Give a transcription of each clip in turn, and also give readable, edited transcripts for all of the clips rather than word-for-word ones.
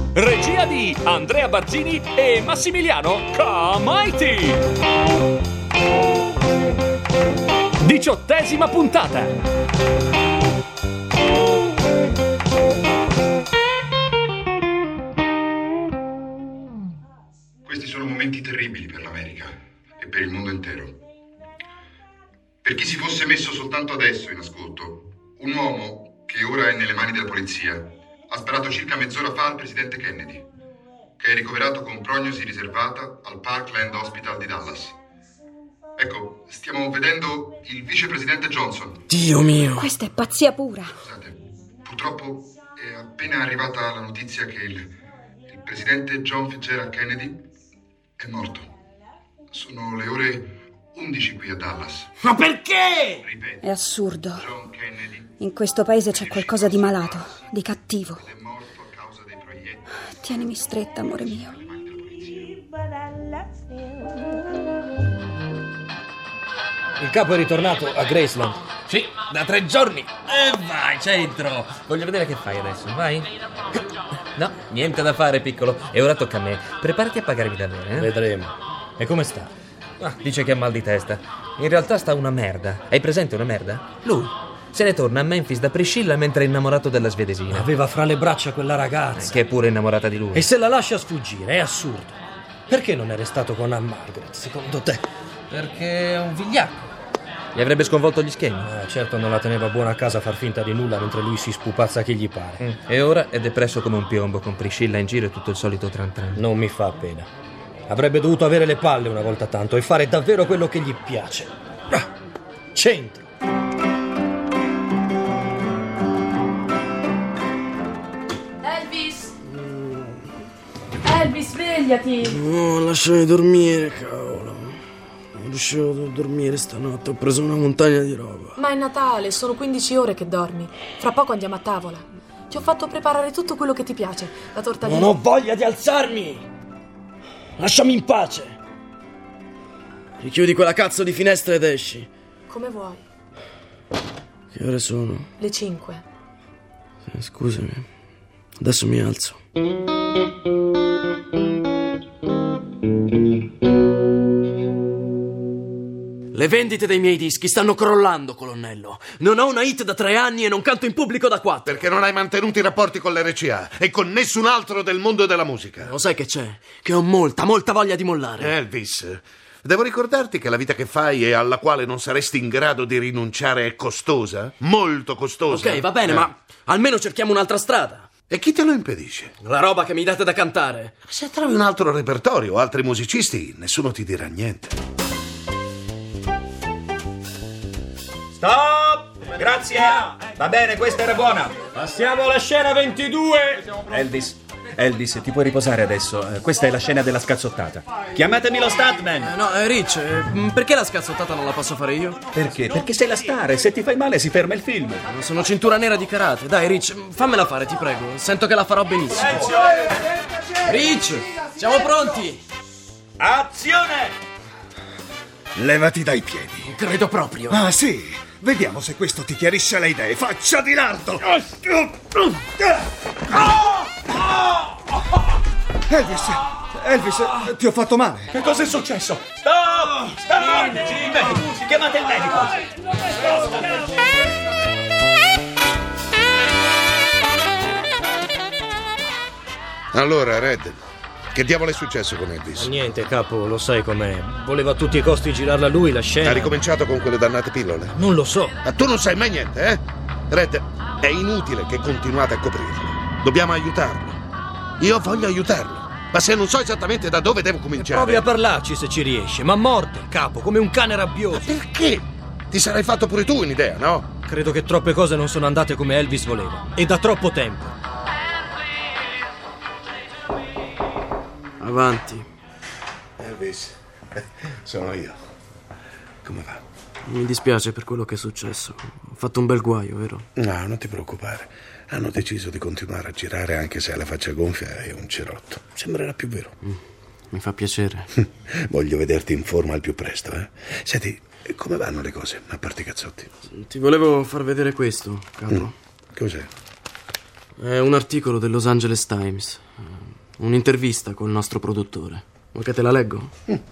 Regia di Andrea Barzini e Massimiliano Comaiti. 18ª puntata. Questi sono momenti terribili per l'America e per il mondo intero. Per chi si fosse messo soltanto adesso in ascolto, un uomo che ora è nelle mani della polizia ha sparato circa mezz'ora fa al presidente Kennedy, che è ricoverato con prognosi riservata al Parkland Hospital di Dallas. Ecco, stiamo vedendo il vicepresidente Johnson. Dio mio! Questa è pazzia pura. Scusate, purtroppo è appena arrivata la notizia che il presidente John Fitzgerald Kennedy è morto. Sono le ore 11 qui a Dallas. Ma perché? Ripeto, È assurdo. John Kennedy In questo paese c'è qualcosa di malato, di cattivo. è morto a causa dei proiettili Tienimi stretta, amore mio. alle mani della polizia. Il capo è ritornato a Graceland. Sì, da 3 giorni. Vai, c'entro. Voglio vedere che fai adesso, vai. No, niente da fare, piccolo. E ora tocca a me. Preparati a pagarmi da bene, eh? Vedremo. E come sta? Dice che ha mal di testa. In realtà sta una merda. Hai presente una merda? Lui. Se ne torna a Memphis da Priscilla mentre è innamorato della svedesina. Aveva fra le braccia quella ragazza. Che è pure innamorata di lui. E se la lascia sfuggire, è assurdo. Perché non è restato con Anne Margaret, secondo te? Perché è un vigliacco. Gli avrebbe sconvolto gli schemi. Certo non la teneva buona a casa a far finta di nulla mentre lui si spupazza che gli pare. E ora è depresso come un piombo, con Priscilla in giro e tutto il solito tran tran. Non mi fa pena. Avrebbe dovuto avere le palle una volta tanto e fare davvero quello che gli piace. C'entro. Elvis, svegliati! No, lasciami dormire, cavolo. Non riuscivo a dormire stanotte, ho preso una montagna di roba. Ma è Natale, sono 15 ore che dormi. Fra poco andiamo a tavola. Ti ho fatto preparare tutto quello che ti piace. La torta di... Non ho voglia di alzarmi! Lasciami in pace! Richiudi quella cazzo di finestra ed esci. Come vuoi. Che ore sono? Le 5. Scusami. Adesso mi alzo. Le vendite dei miei dischi stanno crollando, colonnello. Non ho una hit da 3 anni e non canto in pubblico da 4. Perché non hai mantenuto i rapporti con l'RCA e con nessun altro del mondo della musica. Lo sai che c'è? Che ho molta voglia di mollare. Elvis, devo ricordarti che la vita che fai e alla quale non saresti in grado di rinunciare è costosa, molto costosa. Ok, va bene, ma almeno cerchiamo un'altra strada. E chi te lo impedisce? La roba che mi date da cantare. Se trovi un altro repertorio o altri musicisti, nessuno ti dirà niente. Stop! Grazie! Va bene, questa era buona. Passiamo alla scena 22. Elvis, ti puoi riposare adesso. Questa è la scena della scazzottata. Chiamatemi lo Statman. No, Rich, perché la scazzottata non la posso fare io? Perché? Perché sei la star e se ti fai male si ferma il film. Sono cintura nera di karate. Dai, Rich, fammela fare, ti prego. Sento che la farò benissimo. Rich, siamo pronti. Azione! Levati dai piedi. Credo proprio. Ah, sì? Vediamo se questo ti chiarisce le idee. Faccia di lardo! Elvis, ti ho fatto male. Che cosa è successo? Stop! Il medico! Chiamate il medico! Allora, Red, che diavolo è successo con Elvis? Niente, capo, lo sai com'è. Voleva a tutti i costi girarla lui la scena. Ha ricominciato con quelle dannate pillole? Non lo so. Ma tu non sai mai niente, eh? Red, è inutile che continuate a coprirlo. Dobbiamo aiutarlo. Io voglio aiutarlo. Ma se non so esattamente da dove devo cominciare... Provi a parlarci se ci riesce, ma morte, capo, come un cane rabbioso. Ma perché? Ti sarai fatto pure tu un'idea, no? Credo che troppe cose non sono andate come Elvis voleva. E da troppo tempo. Avanti. Elvis, sono io. Come va? Mi dispiace per quello che è successo. Ho fatto un bel guaio, vero? No, non ti preoccupare. Hanno deciso di continuare a girare anche se ha la faccia gonfia e un cerotto. Sembrerà più vero. Mi fa piacere. Voglio vederti in forma al più presto, eh? Senti, come vanno le cose, a parte i cazzotti? Ti volevo far vedere questo, capo. Cos'è? È un articolo del Los Angeles Times. un'intervista col nostro produttore. Vuoi che te la leggo?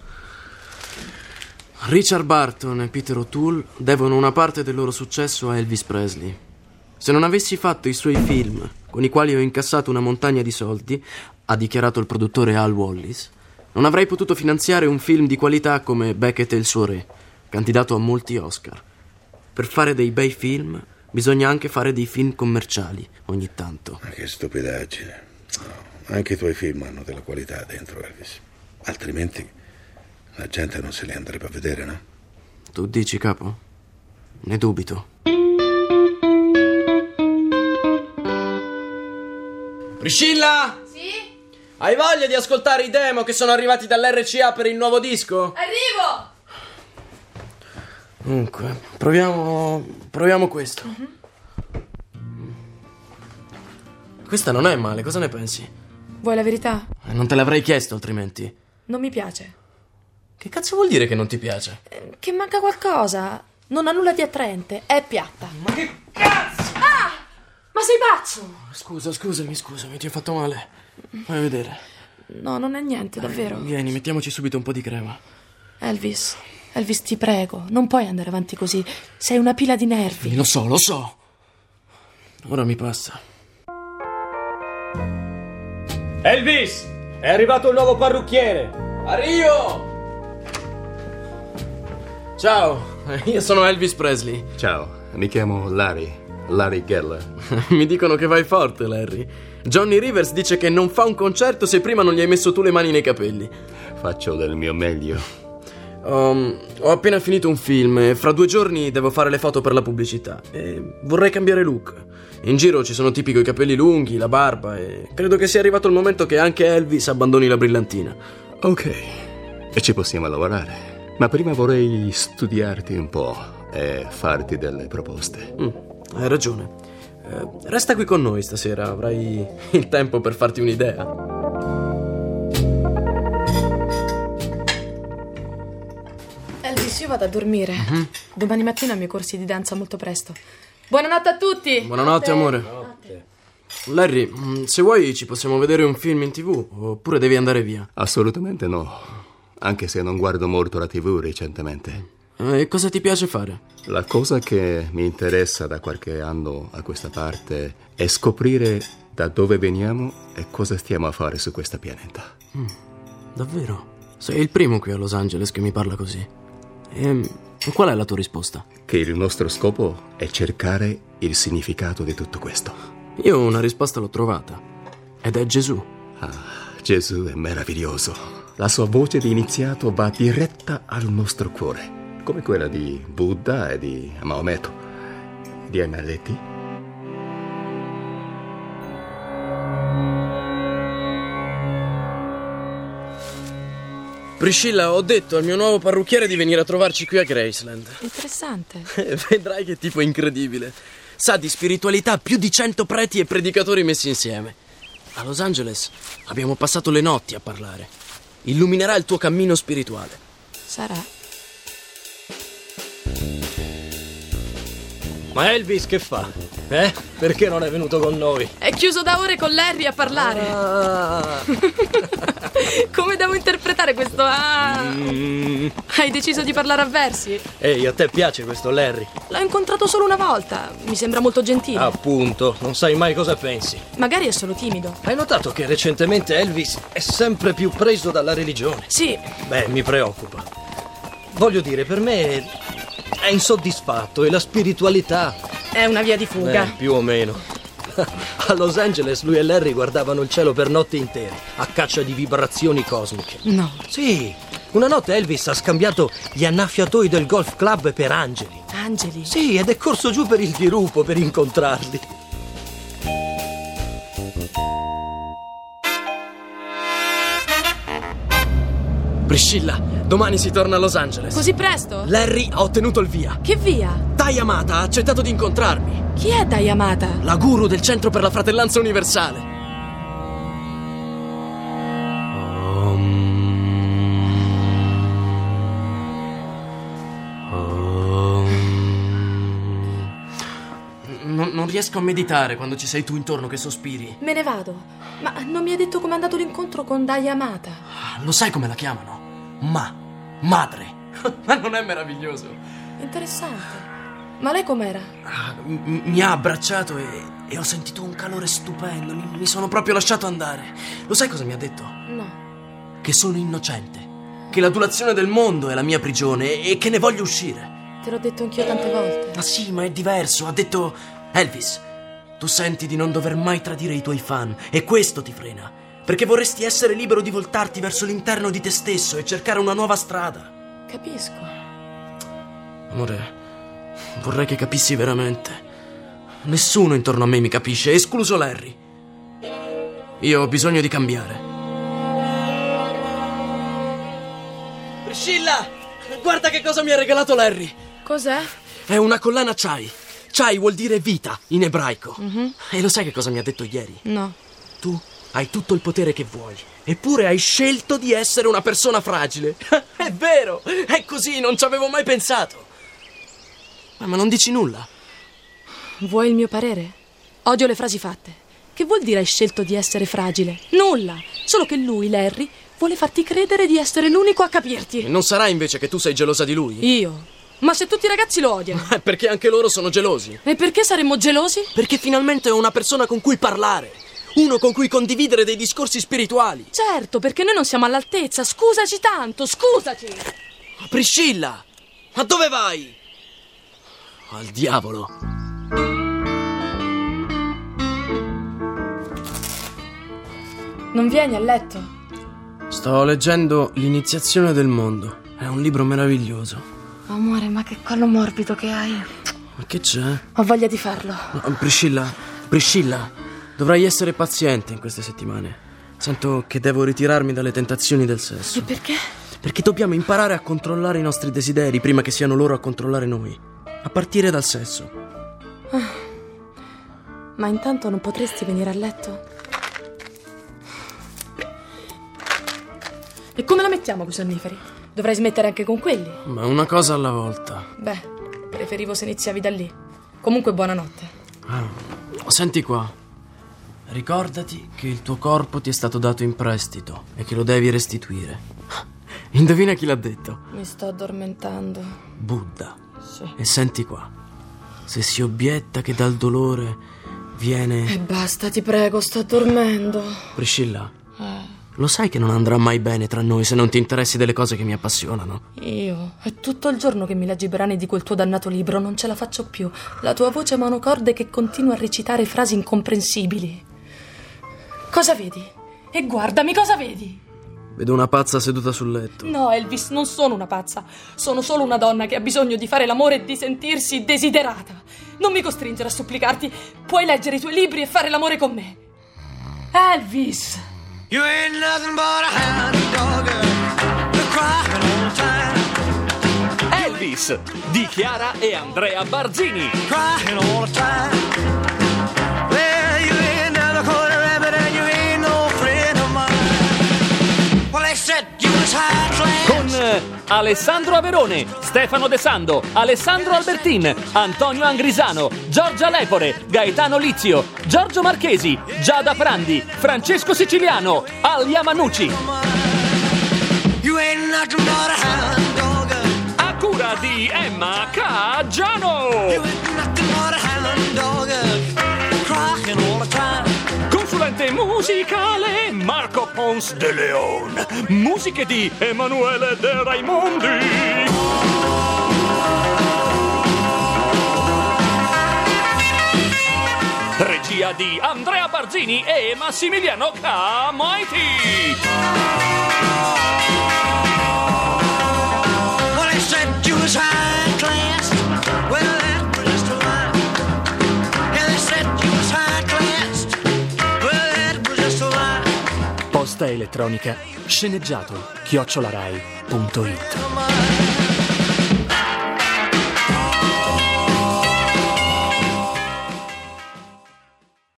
Richard Burton e Peter O'Toole devono una parte del loro successo a Elvis Presley. Se non avessi fatto i suoi film, con i quali ho incassato una montagna di soldi, ha dichiarato il produttore Al Wallis, non avrei potuto finanziare un film di qualità come Beckett e il suo re, candidato a molti Oscar. Per fare dei bei film bisogna anche fare dei film commerciali ogni tanto. Ma che stupidaggine. No, anche i tuoi film hanno della qualità dentro, Elvis. Altrimenti la gente non se li andrebbe a vedere, no? Tu dici, capo? Ne dubito. Priscilla! Sì? Hai voglia di ascoltare i demo che sono arrivati dall'RCA per il nuovo disco? Arrivo! Dunque, proviamo questo. Questa non è male, cosa ne pensi? Vuoi la verità? Non te l'avrei chiesto altrimenti. Non mi piace. Che cazzo vuol dire che non ti piace? Che manca qualcosa. Non ha nulla di attraente. È piatta. Ma che cazzo? Ah! Ma sei pazzo? Scusami, ti ho fatto male. Vai a vedere. No, non è niente, davvero. Vieni, mettiamoci subito un po' di crema. Elvis, ti prego, non puoi andare avanti così. Sei una pila di nervi. Lo so. Ora mi passa. Elvis! È arrivato il nuovo parrucchiere! Arrivo! Ciao, io sono Elvis Presley. Ciao, mi chiamo Larry Geller. Mi dicono che vai forte, Larry. Johnny Rivers dice che non fa un concerto se prima non gli hai messo tu le mani nei capelli. Faccio del mio meglio. Ho appena finito un film e fra 2 giorni devo fare le foto per la pubblicità e vorrei cambiare look. In giro ci sono tipi coi capelli lunghi, la barba e credo che sia arrivato il momento che anche Elvis abbandoni la brillantina. Ok, e ci possiamo lavorare. Ma prima vorrei studiarti un po' e farti delle proposte. Hai ragione. Resta qui con noi stasera, avrai il tempo per farti un'idea. Elvis, io vado a dormire. Domani mattina ho i miei corsi di danza molto presto. Buonanotte a tutti. Buonanotte, amore. Larry, se vuoi ci possiamo vedere un film in TV oppure devi andare via. Assolutamente no, anche se non guardo molto la TV recentemente. E cosa ti piace fare? La cosa che mi interessa da qualche anno a questa parte è scoprire da dove veniamo e cosa stiamo a fare su questo pianeta. Davvero? Sei il primo qui a Los Angeles che mi parla così. E qual è la tua risposta? Che il nostro scopo è cercare il significato di tutto questo. Io una risposta l'ho trovata. Ed è Gesù. Gesù è meraviglioso. La sua voce di iniziato va diretta al nostro cuore, come quella di Buddha e di Maometto. Di hai mai letti? Priscilla, ho detto al mio nuovo parrucchiere di venire a trovarci qui a Graceland. Interessante. Vedrai che tipo incredibile. Sa di spiritualità più di 100 preti e predicatori messi insieme. A Los Angeles abbiamo passato le notti a parlare. Illuminerà il tuo cammino spirituale. Sarà. Ma Elvis che fa? Perché non è venuto con noi? È chiuso da ore con Larry a parlare. Come devo interpretare questo? Hai deciso di parlare a versi? Ehi, a te piace questo Larry? L'ho incontrato solo una volta. Mi sembra molto gentile. Appunto, non sai mai cosa pensi. Magari è solo timido. Hai notato che recentemente Elvis è sempre più preso dalla religione? Sì. Beh, mi preoccupa. Voglio dire, per me è insoddisfatto e la spiritualità è una via di fuga. Più o meno. A Los Angeles lui e Larry guardavano il cielo per notti intere, a caccia di vibrazioni cosmiche. No. Sì, una notte Elvis ha scambiato gli annaffiatoi del golf club per angeli. Angeli? Sì, ed è corso giù per il dirupo per incontrarli. Priscilla, domani si torna a Los Angeles. Così presto? Larry ha ottenuto il via. Che via? Tai Amata ha accettato di incontrarmi. Chi è Tai Amata? La guru del Centro per la Fratellanza Universale. Non riesco a meditare quando ci sei tu intorno che sospiri. Me ne vado. Ma non mi hai detto com'è andato l'incontro con Dai Amata? Lo sai come la chiamano? Madre. Ma non è meraviglioso? Interessante. Ma lei com'era? Mi ha abbracciato e ho sentito un calore stupendo. Mi sono proprio lasciato andare. Lo sai cosa mi ha detto? No. Che sono innocente. Che l'adulazione del mondo è la mia prigione e che ne voglio uscire. Te l'ho detto anch'io tante volte. Ma sì, ma è diverso. Ha detto: Elvis, tu senti di non dover mai tradire i tuoi fan e questo ti frena, perché vorresti essere libero di voltarti verso l'interno di te stesso e cercare una nuova strada. Capisco. Amore, vorrei che capissi veramente. Nessuno intorno a me mi capisce, escluso Larry. Io ho bisogno di cambiare. Priscilla, guarda che cosa mi ha regalato Larry. Cos'è? È una collana Chai. Chai vuol dire vita in ebraico. E lo sai che cosa mi ha detto ieri? No. Tu hai tutto il potere che vuoi, eppure hai scelto di essere una persona fragile. È vero, è così, non ci avevo mai pensato. Ma non dici nulla? Vuoi il mio parere? Odio le frasi fatte. Che vuol dire hai scelto di essere fragile? Nulla. Solo che lui, Larry, vuole farti credere di essere l'unico a capirti. E non sarà invece che tu sei gelosa di lui? Io? Ma se tutti i ragazzi lo odiano. Perché anche loro sono gelosi. E perché saremmo gelosi? Perché finalmente ho una persona con cui parlare. Uno con cui condividere dei discorsi spirituali. Certo, perché noi non siamo all'altezza. Scusaci tanto, scusaci. Priscilla, ma dove vai? Al diavolo. Non vieni a letto? Sto leggendo L'iniziazione del mondo. È un libro meraviglioso. Amore, ma che collo morbido che hai. Ma che c'è? Ho voglia di farlo. Priscilla, dovrai essere paziente in queste settimane. Sento che devo ritirarmi dalle tentazioni del sesso. E perché? Perché dobbiamo imparare a controllare i nostri desideri prima che siano loro a controllare noi. A partire dal sesso. Ma intanto non potresti venire a letto? E come la mettiamo con i sonniferi? Dovrai smettere anche con quelli? Ma una cosa alla volta. Beh, preferivo se iniziavi da lì. Comunque buonanotte. Senti qua. Ricordati che il tuo corpo ti è stato dato in prestito e che lo devi restituire. Indovina chi l'ha detto? Mi sto addormentando. Buddha. Sì. E senti qua. Se si obietta che dal dolore viene... E basta, ti prego, sto dormendo. Priscilla, lo sai che non andrà mai bene tra noi se non ti interessi delle cose che mi appassionano? Io? È tutto il giorno che mi leggi i brani di quel tuo dannato libro, non ce la faccio più. La tua voce monocorde che continua a recitare frasi incomprensibili. Cosa vedi? E guardami, cosa vedi? Vedo una pazza seduta sul letto. No, Elvis, non sono una pazza. Sono solo una donna che ha bisogno di fare l'amore e di sentirsi desiderata. Non mi costringere a supplicarti. Puoi leggere i tuoi libri e fare l'amore con me. Elvis! You ain't nothing but a hound dog, you're crying all the time. Elvis di Chiara e Andrea Barzini. Crying all the time. Well, you ain't never caught a rabbit and you ain't no friend of mine. Well, they said you was high class. Con Alessandro Averone, Stefano De Sando, Alessandro Albertin, Antonio Angrisano, Giorgia Lepore, Gaetano Lizio, Giorgio Marchesi, Giada Prandi, Francesco Siciliano, Alia Manucci. You ain't nothing but a hound dog. A cura di Emma Caggiano. You ain't nothing but a hound dog, crying all the time. Consulente musicale Marco Pons de Leon. Musiche di Emanuele De Raimondi. Regia di Andrea Barzini e Massimiliano Camaiti. Well, they said you was high class. Well, that was just a lie. Yeah, they said you was high class. Well, that was just a lie. Posta elettronica sceneggiato @rai.it.